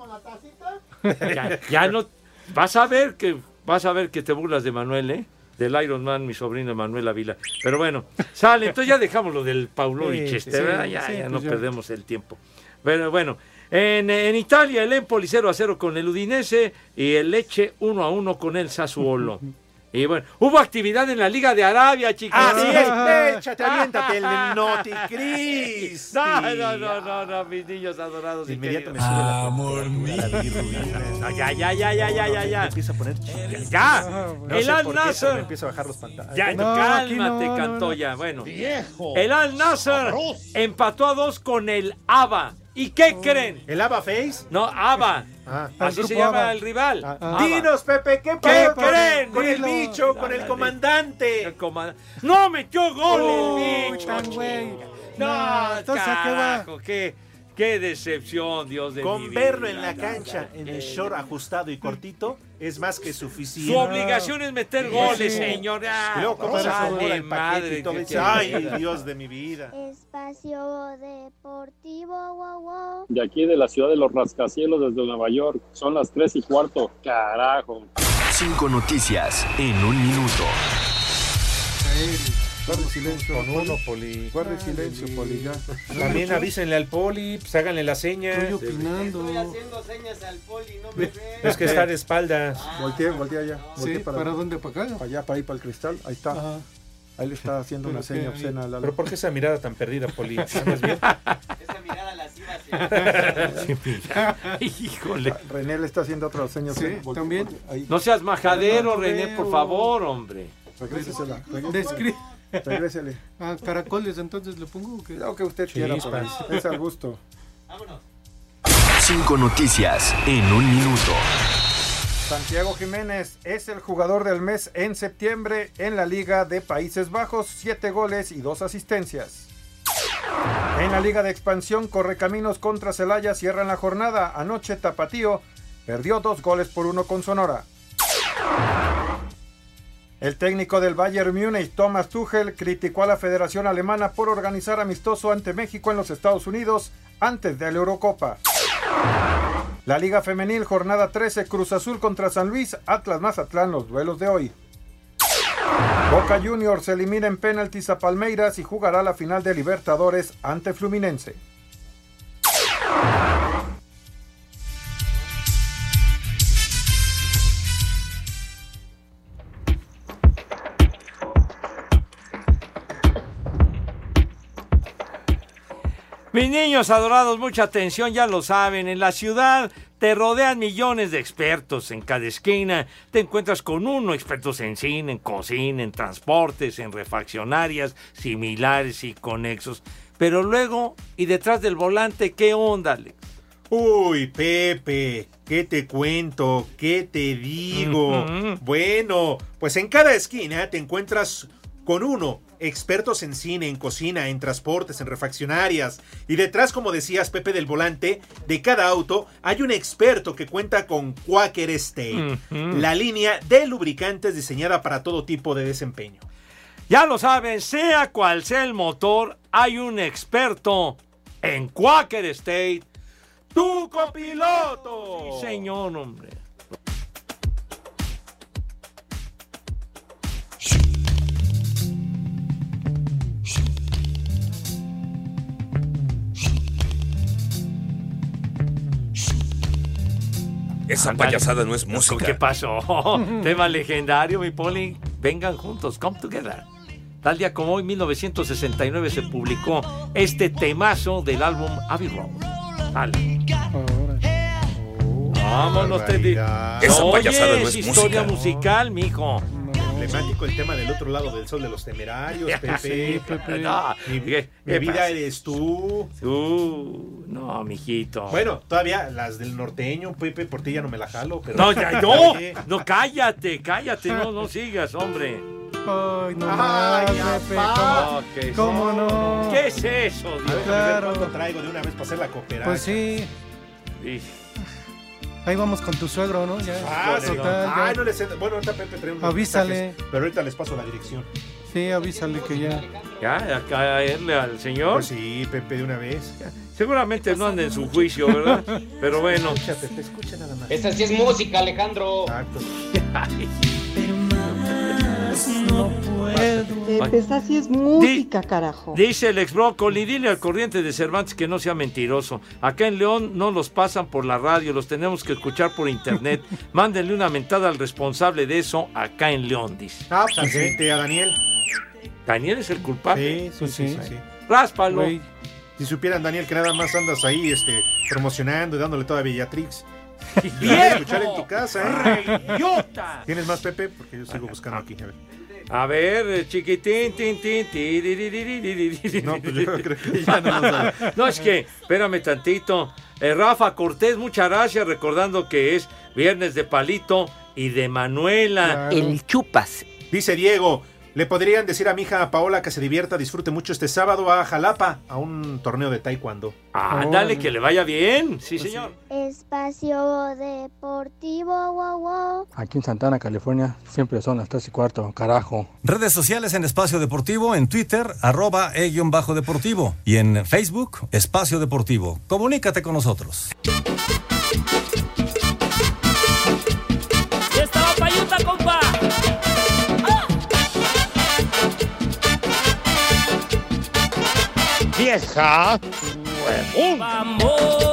S5: Ya no. Vas a ver que te burlas de Manuel, ¿eh? Del Iron Man, mi sobrino Manuel Ávila. Pero bueno, sale. Entonces ya dejamos lo del Paunovic,
S13: Sí,
S5: ¿verdad?
S11: sí,
S5: Ya
S11: pues
S5: no
S11: ya.
S5: perdemos el tiempo. Pero bueno, en Italia el Empoli 0-0 con el Udinese y el Lecce 1-1 con el Sassuolo. Y bueno, hubo actividad en la Liga de Arabia, chicos.
S13: Así es, échate, aviéntate el Noti Cristi.
S5: No, mis niños adorados.
S13: De
S5: y
S13: inmediato me
S5: queridos.
S13: sube la temperatura, la bilirrubina.
S5: No, ya.
S13: Me empieza a poner chica.
S5: Ya.
S13: No
S5: El
S13: sé
S5: Al
S13: por qué, pero
S5: Nasser.
S13: me empieza a bajar los pantalones.
S5: Ya,
S11: No,
S5: cálmate,
S11: aquí no,
S5: Cantoya. Bueno,
S17: Viejo.
S5: el Al Nasser empató a 2 con el ABA. ¿Y qué creen?
S13: ¿El Ava Face?
S5: No, ABA.
S13: Ah.
S5: Así
S11: El
S5: se
S11: grupo
S5: llama
S11: ABBA.
S5: el rival.
S11: Ah.
S13: Dinos, Pepe, ¿qué
S5: ¿Qué
S13: pasó
S5: creen?
S13: con el
S11: Dilo.
S13: bicho, con el comandante?
S5: ¡No metió gol
S11: Uy,
S5: el bicho!
S11: tan güey.
S5: No,
S11: No, entonces, ¿a qué va?
S5: carajo, qué decepción, Dios de mi
S13: Con
S5: vida.
S13: verlo en la cancha, en el short ajustado y cortito, es más que suficiente.
S5: Su obligación es meter goles,
S11: Sí.
S5: señor.
S13: Y luego, ¿cómo se
S5: Sale
S13: asegura el paquete
S5: madre
S13: y todo?
S5: que
S13: Dice,
S5: quiere.
S13: ay, Dios de mi vida.
S16: Espacio Deportivo, wow.
S7: De aquí de la ciudad de los rascacielos desde Nueva York. Son las 3:15. Carajo.
S19: 5 noticias en un minuto.
S20: Guarde silencio.
S13: Con uno, Poli.
S20: Guarde silencio, Poli, ya.
S13: También avísenle al Poli, pues háganle la seña.
S11: Estoy opinando.
S21: haciendo señas al Poli, no me ve.
S13: Es que está de espaldas.
S20: Voltea ya.
S11: Sí,
S20: Voltea
S11: ¿para dónde? ¿Para acá?
S20: Para allá, para ir para el cristal. Ahí está.
S11: Ajá.
S20: Ahí le está haciendo una
S11: Pero
S20: seña
S11: qué,
S20: obscena a Lalo.
S13: ¿Pero por qué esa mirada tan perdida, Poli? ¿Andas bien?
S21: Esa mirada lasciva.
S5: Híjole.
S20: René le está haciendo otra seña
S11: Sí,
S20: obscena.
S11: también.
S20: Ahí.
S5: No seas majadero,
S11: No,
S5: René, por favor, hombre.
S20: Regrésesela.
S11: Regrésele. Ah, caracoles, entonces le pongo o qué?
S20: Lo que usted quiera, Poli. Es al gusto.
S21: Vámonos.
S19: 5 noticias en un minuto.
S20: Santiago Jiménez es el jugador del mes en septiembre en la Liga de Países Bajos, 7 goles y 2 asistencias. En la Liga de Expansión, Correcaminos contra Celaya cierran la jornada. Anoche Tapatío perdió 2-1 con Sonora. El técnico del Bayern Múnich, Thomas Tuchel, criticó a la Federación Alemana por organizar amistoso ante México en los Estados Unidos antes de la Eurocopa. La Liga Femenil, jornada 13, Cruz Azul contra San Luis, Atlas Mazatlán, los duelos de hoy. Boca Juniors se elimina en penaltis a Palmeiras y jugará la final de Libertadores ante Fluminense.
S5: Mis niños adorados, mucha atención, ya lo saben, en la ciudad te rodean millones de expertos en cada esquina, te encuentras con uno, expertos en cine, en cocina, en transportes, en refaccionarias, similares y conexos. Pero luego, y detrás del volante, ¿qué onda, Alex?
S13: Uy, Pepe, ¿qué te cuento? ¿Qué te digo? Bueno, pues en cada esquina te encuentras con uno, expertos en cine, en cocina, en transportes, en refaccionarias. Y detrás, como decías, Pepe, del volante, de cada auto, hay un experto que cuenta con Quaker State, la línea de lubricantes diseñada para todo tipo de desempeño.
S5: Ya lo saben, sea cual sea el motor, hay un experto en Quaker State. ¡Tu copiloto! Sí, señor, hombre.
S1: Esa payasada no es música.
S5: ¿Qué pasó? Tema legendario, mi Poli. Vengan juntos, come together. Tal día como hoy, 1969, se publicó este temazo del álbum Abbey Road. Dale. Vámonos, Teddy.
S1: Esa payasada no es
S5: historia musical, mijo.
S13: Emblemático el tema del otro lado del sol de los temerarios, Pepe.
S5: Sí, Pepe. No,
S13: mi vida eres tú.
S5: No, mijito.
S13: Bueno, todavía las del norteño, Pepe, por ti ya no me la jalo. Pero...
S5: No, ya, no, cállate, no sigas, hombre.
S11: Ay, no más, Pepe. ¿Cómo no?
S5: ¿Qué es eso, Dios?
S13: Claro. ¿Cuánto traigo de una vez para hacer la cooperacha?
S11: Pues sí. Ahí vamos con tu suegro, ¿no? Ya.
S13: Total, no les... Bueno, ahorita Pepe trae unos
S11: avísale.
S13: Mensajes, pero ahorita les paso la dirección.
S11: Sí, avísale que ya.
S5: ¿Ya? ¿A caerle al señor?
S13: Pues sí, Pepe, de una vez.
S5: Seguramente no anda en su juicio, ¿verdad? Pero bueno.
S13: Escucha, Pepe, escucha nada más.
S21: Esta sí es música, Alejandro.
S13: Exacto.
S22: Pero más no puedo. Pepe, esta sí es música, carajo.
S5: Dice el ex brócoli, dile al corriente de Cervantes que no sea mentiroso. Acá en León no los pasan por la radio, los tenemos que escuchar por internet. Mándenle una mentada al responsable de eso acá en León, dice.
S13: Presente a Daniel.
S5: ¿Daniel es el culpable?
S13: Sí.
S5: Ráspalo.
S13: Wey, si supieran, Daniel, que nada más andas ahí promocionando y dándole toda Bellatrix.
S5: ¡Bien!
S13: Escuchar en tu casa,
S5: ¡Idiota!
S13: ¿Tienes más, Pepe? Porque yo sigo buscando aquí.
S5: A ver, chiquitín,
S13: No, pues yo creo que ya no lo sabe.
S5: No, es que, espérame tantito. Rafa Cortés, muchas gracias, recordando que es viernes de Palito y de Manuela.
S11: Claro.
S5: El Chupas.
S13: Dice Diego, ¿le podrían decir a mi hija Paola que se divierta, disfrute mucho este sábado a Jalapa a un torneo de taekwondo?
S5: Ándale, que le vaya bien. Sí, señor.
S16: Espacio Deportivo, wow.
S4: Aquí en Santana, California, siempre son las 3:15, carajo.
S9: Redes sociales en Espacio Deportivo, en Twitter, @e_deportivo. Y en Facebook, Espacio Deportivo. Comunícate con nosotros.
S8: ¡Ya estaba payuta, compa!
S17: ¡Vieja!
S8: ¡Vamos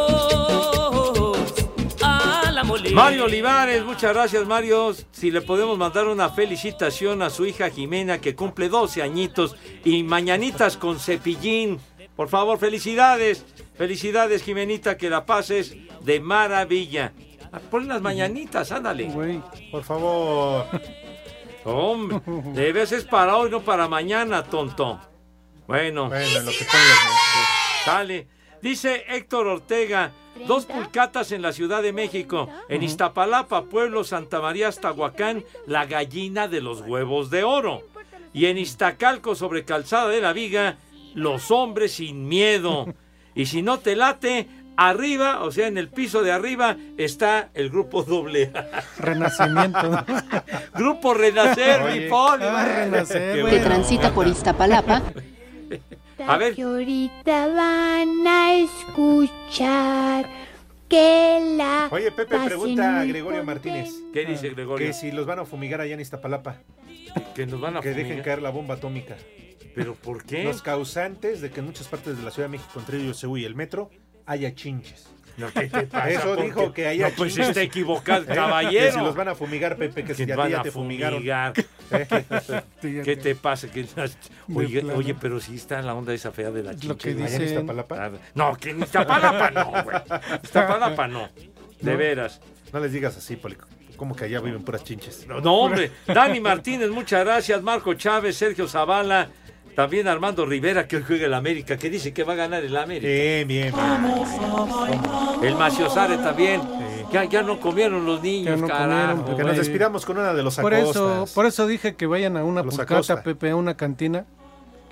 S8: a la molina!
S5: Mario Olivares, muchas gracias, Mario. Si le podemos mandar una felicitación a su hija Jimena, que cumple 12 añitos, y mañanitas con cepillín. Por favor, felicidades. Felicidades, Jimenita, que la pases de maravilla. Pon las mañanitas, ándale.
S13: Por favor.
S5: Hombre, debes es para hoy, no para mañana, tonto. Bueno,
S13: lo que pongas.
S5: Dale. Dice Héctor Ortega, 2 pulcatas en la Ciudad de México. En Iztapalapa, Pueblo, Santa María, Tahuacán, la gallina de los huevos de oro. Y en Iztacalco, sobre Calzada de la Viga, los hombres sin miedo. Y si no te late, arriba, o sea, en el piso de arriba, está el grupo AA.
S11: Renacimiento.
S5: Grupo Renacer, mi Poli.
S11: Renacer,
S22: que transita por Iztapalapa.
S5: A ver.
S16: Que ahorita van a escuchar que la...
S13: Oye, Pepe, pregunta a Gregorio Martínez.
S5: ¿Qué dice Gregorio?
S13: Que si los van a fumigar allá en Iztapalapa.
S5: Que nos van a
S13: Que
S5: fumigar.
S13: dejen caer la bomba atómica.
S5: ¿Pero por qué?
S13: Los causantes de que en muchas partes de la Ciudad de México, entre ellos Seúl y el metro, haya chinches.
S5: No, ¿qué te pasa?
S13: Eso
S5: ¿Por
S13: dijo
S5: qué?
S13: que haya
S5: No, pues
S13: chinches.
S5: está equivocado,
S13: Que
S5: caballero.
S13: si los van a fumigar, Pepe, que si
S5: van
S13: ya
S5: a
S13: te fumigaron.
S5: fumigar. ¿Qué te pasa? Oye, pero sí está la onda esa fea de la chinche.
S11: Lo que
S13: ¿Allá en
S11: dice...
S13: Iztapalapa?
S5: No, que en Iztapalapa no, güey. Iztapalapa no. De veras.
S13: No les digas así, Poli. ¿Cómo que allá viven puras chinches?
S5: No, hombre. Dani Martínez, muchas gracias. Marco Chávez, Sergio Zavala. También Armando Rivera, que hoy juega el América, que dice que va a ganar el América.
S13: Bien.
S5: El Maciosare también. Ya no comieron los niños, carajo.
S13: Que nos despidamos con una de los Acosta.
S11: Por eso dije que vayan a una
S13: Los
S11: pulcata,
S13: Acosta.
S11: Pepe, a una cantina.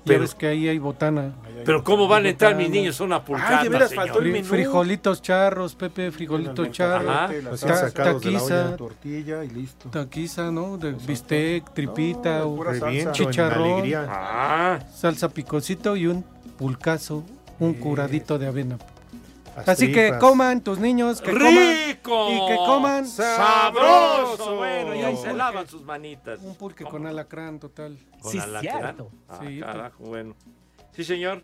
S5: Pero-
S11: ves que ahí hay botana.
S5: Pero ¿cómo van a entrar
S11: Botana.
S5: mis niños a una pulcata,
S13: Ay, de veras,
S5: señor?
S13: faltó el menú.
S11: Frijolitos charros, Pepe, frijolitos charros.
S5: Ajá.
S13: Recién sacados de la olla.
S20: Tortilla y listo.
S11: Taquiza, ¿no? De bistec, tripita,
S20: No, pura salsa.
S13: Reviento en
S11: chicharrón,
S13: alegría.
S5: Ah,
S11: salsa picosito y un pulcazo, un curadito de avena.
S13: Las
S11: Así que
S13: tripas.
S11: coman tus niños, que
S5: ¡rico!
S11: coman y que coman
S5: ¡Sabroso! Bueno, y ahí se lavan sus manitas.
S11: un pulque con alacrán total.
S5: Con
S6: Sí,
S5: alacrán.
S6: cierto.
S5: Ah,
S11: Sí,
S5: carajo, bueno. Sí, señor.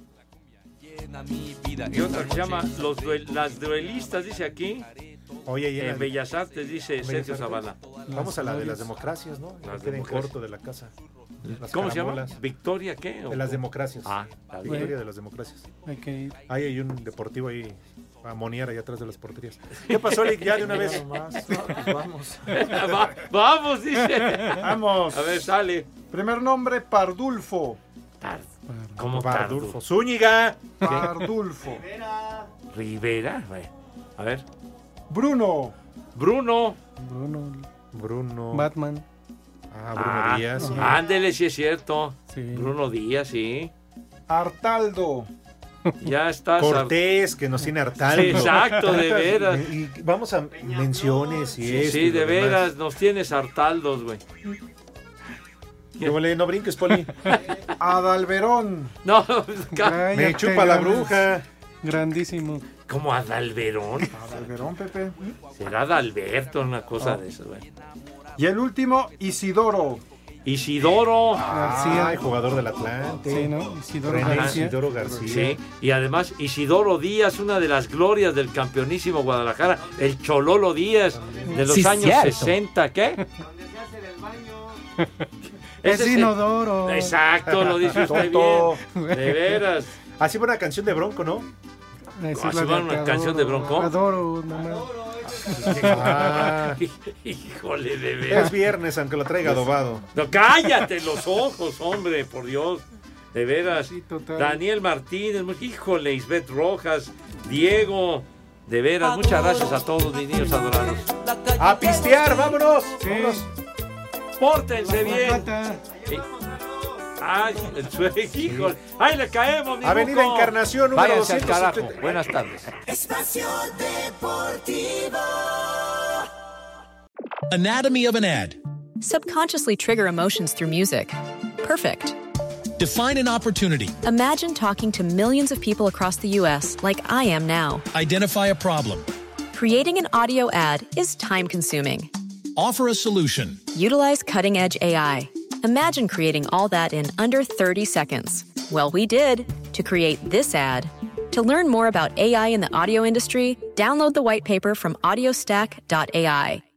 S6: Mi vida
S5: Y otra que se llama Las Duelistas, dice aquí.
S13: Oye, y
S5: En Bellas Artes, dice
S13: Bellas
S5: Sergio
S13: Artes.
S5: Zavala.
S13: Vamos a la de las democracias, ¿no?
S5: Las
S13: Que queda en
S5: democracias.
S13: corto de la casa. Las
S5: ¿Cómo se llama?
S13: carambolas.
S5: ¿Victoria qué?
S13: De las democracias.
S5: Ah, está
S13: La
S5: bien.
S13: victoria de las democracias.
S11: Hay que ir.
S13: Ahí hay un deportivo ahí a monear allá atrás de las porterías. ¿Qué pasó, Lick? Ya de una vez.
S20: Vamos.
S5: Vamos, dice.
S20: Vamos.
S5: A ver, sale.
S20: Primer nombre, Pardulfo.
S5: ¿Cómo
S13: Pardulfo. Zúñiga.
S20: Pardulfo.
S5: Rivera. Bueno, a ver.
S20: Bruno.
S5: Bruno.
S13: Bruno.
S11: Batman.
S13: Bruno Díaz. Sí.
S5: Ándele, sí es cierto.
S11: Sí.
S5: Bruno Díaz, sí.
S20: Artaldo.
S5: Ya estás.
S13: Cortés, que nos tiene hartando.
S5: Sí, exacto, de veras.
S13: Y vamos a menciones y
S5: Sí,
S13: esto.
S5: sí,
S13: y lo
S5: de
S13: demás.
S5: veras, nos tienes hartaldos, güey.
S13: ¿Qué huele? No brinques, Poli.
S20: Adalberón.
S5: No,
S13: Me chupa la bruja.
S11: Grandísimo.
S5: como Adalberón.
S20: Adalberón, Pepe.
S5: Será Adalberto, una cosa de eso, güey.
S20: Y el último, Isidoro.
S5: Isidoro
S11: García.
S13: El jugador del Atlante.
S11: Sí, ¿no? Isidoro
S13: René
S11: García.
S13: Isidoro García.
S5: Sí, y además Isidoro Díaz, una de las glorias del campeonísimo Guadalajara, el Chololo Díaz de los
S6: Sí,
S5: años
S6: cierto.
S5: 60, ¿qué?
S11: Es
S5: Ese
S11: inodoro.
S5: Exacto, lo dice usted
S13: Tonto.
S5: bien. De veras.
S13: Así fue una canción de Bronco, ¿no?
S11: Esa es
S5: ¿se
S11: la
S5: va
S11: de
S5: una
S11: Te
S5: canción de
S11: adoro.
S5: Bronco?
S11: Adoro, nomás.
S13: Ah,
S5: Híjole, de veras.
S13: es viernes, aunque lo traiga adobado.
S5: No, cállate los ojos, hombre, por Dios. De veras.
S11: Sí, total.
S5: Daniel Martínez, híjole, Isbeth Rojas, Diego. De veras, muchas gracias a todos mis niños adorados.
S13: ¡A pistear! ¡Vámonos! ¡Vámonos!
S5: Pórtense bien.
S11: Guata.
S5: Sí. Ay, el sueño, híjole. Ay, le caemos, mi
S13: Avenida
S5: Buco.
S13: Encarnación, número
S5: Váyanse al
S13: 270.
S5: carajo. Buenas tardes.
S30: Espacio Deportivo.
S10: Anatomy of an ad.
S12: Subconsciously trigger emotions through music. Perfect.
S10: Define an opportunity.
S12: Imagine talking to millions of people across the U.S. like I am now.
S10: Identify a problem.
S12: Creating an audio ad is time-consuming.
S10: Offer a solution.
S12: Utilize cutting-edge AI. Imagine creating all that in under 30 seconds. Well, we did to create this ad. To learn more about AI in the audio industry, download the white paper from audiostack.ai.